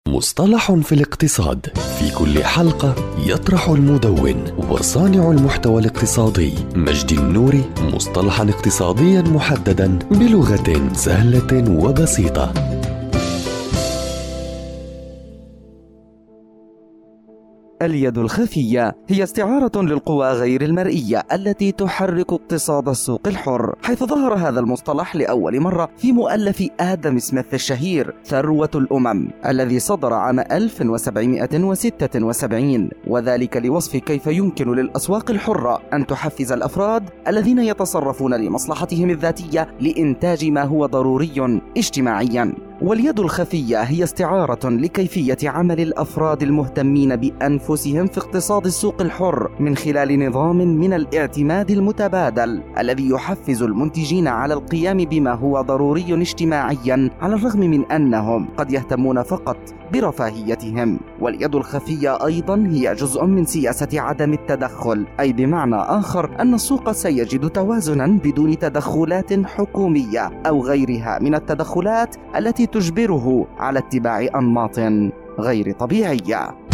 مصطلح في الاقتصاد. في كل حلقة يطرح المدون وصانع المحتوى الاقتصادي مجدي النوري مصطلحا اقتصاديا محددا بلغة سهلة وبسيطة. اليد الخفية هي استعارة للقوى غير المرئية التي تحرك اقتصاد السوق الحر، حيث ظهر هذا المصطلح لأول مرة في مؤلف آدم سميث الشهير ثروة الأمم الذي صدر عام 1776، وذلك لوصف كيف يمكن للأسواق الحرة أن تحفز الأفراد الذين يتصرفون لمصلحتهم الذاتية لإنتاج ما هو ضروري اجتماعيا. واليد الخفية هي استعارة لكيفية عمل الأفراد المهتمين بأنفسهم في اقتصاد السوق الحر من خلال نظام من الاعتماد المتبادل الذي يحفز المنتجين على القيام بما هو ضروري اجتماعيا، على الرغم من أنهم قد يهتمون فقط برفاهيتهم. واليد الخفية أيضا هي جزء من سياسة عدم التدخل، أي بمعنى آخر أن السوق سيجد توازنا بدون تدخلات حكومية أو غيرها من التدخلات التي تجبره على اتباع أنماط غير طبيعية.